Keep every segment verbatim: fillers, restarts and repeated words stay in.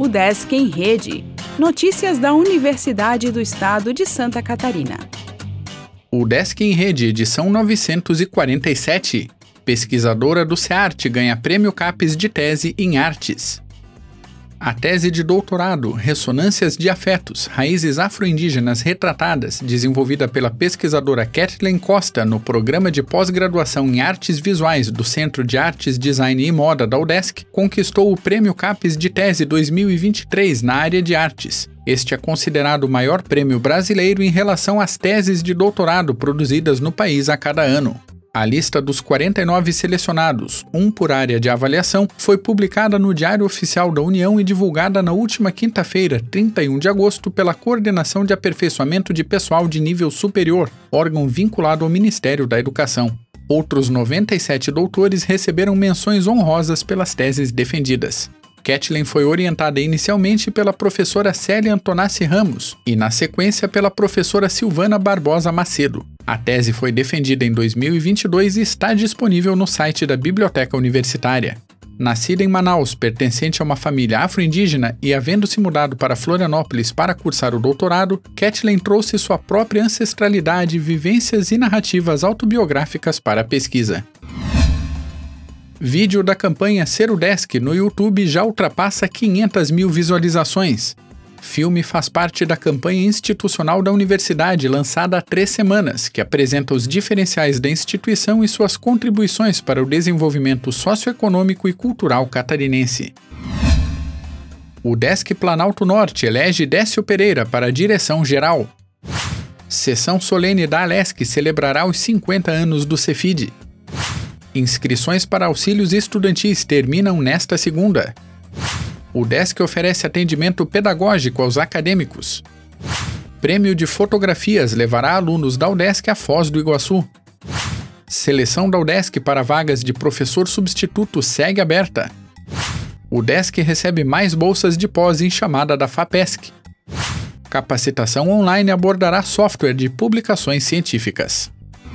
Udesc em Rede. Notícias da Universidade do Estado de Santa Catarina. Udesc em Rede, edição novecentos e quarenta e sete. Pesquisadora do SEART ganha Prêmio CAPES de tese em artes. A tese de doutorado Ressonâncias de Afetos, Raízes Afro-Indígenas Retratadas, desenvolvida pela pesquisadora Kathleen Costa no Programa de Pós-Graduação em Artes Visuais do Centro de Artes, Design e Moda da Udesc, conquistou o Prêmio CAPES de Tese dois mil e vinte e três na área de artes. Este é considerado o maior prêmio brasileiro em relação às teses de doutorado produzidas no país a cada ano. A lista dos quarenta e nove selecionados, um por área de avaliação, foi publicada no Diário Oficial da União e divulgada na última quinta-feira, trinta e um de agosto, pela Coordenação de Aperfeiçoamento de Pessoal de Nível Superior, órgão vinculado ao Ministério da Educação. Outros noventa e sete doutores receberam menções honrosas pelas teses defendidas. Kathleen foi orientada inicialmente pela professora Célia Antonassi Ramos e, na sequência, pela professora Silvana Barbosa Macedo. A tese foi defendida em dois mil e vinte e dois e está disponível no site da Biblioteca Universitária. Nascida em Manaus, pertencente a uma família afro-indígena e havendo se mudado para Florianópolis para cursar o doutorado, Kathleen trouxe sua própria ancestralidade, vivências e narrativas autobiográficas para a pesquisa. Vídeo da campanha Ser Udesc no YouTube já ultrapassa quinhentas mil visualizações. Filme faz parte da campanha institucional da universidade lançada há três semanas, que apresenta os diferenciais da instituição e suas contribuições para o desenvolvimento socioeconômico e cultural catarinense. O Udesc Planalto Norte elege Décio Pereira para a direção-geral. Sessão solene da Alesc celebrará os cinquenta anos do Cefid. Inscrições para auxílios estudantis terminam nesta segunda. O Udesc oferece atendimento pedagógico aos acadêmicos. Prêmio de fotografias levará alunos da Udesc à Foz do Iguaçu. Seleção da Udesc para vagas de professor substituto segue aberta. O Udesc recebe mais bolsas de pós em chamada da FAPESC. Capacitação online abordará software de publicações científicas.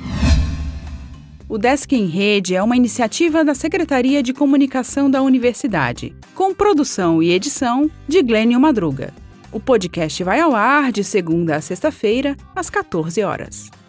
O Udesc em Rede é uma iniciativa da Secretaria de Comunicação da Universidade, com produção e edição de Glênio Madruga. O podcast vai ao ar de segunda a sexta-feira, às quatorze horas.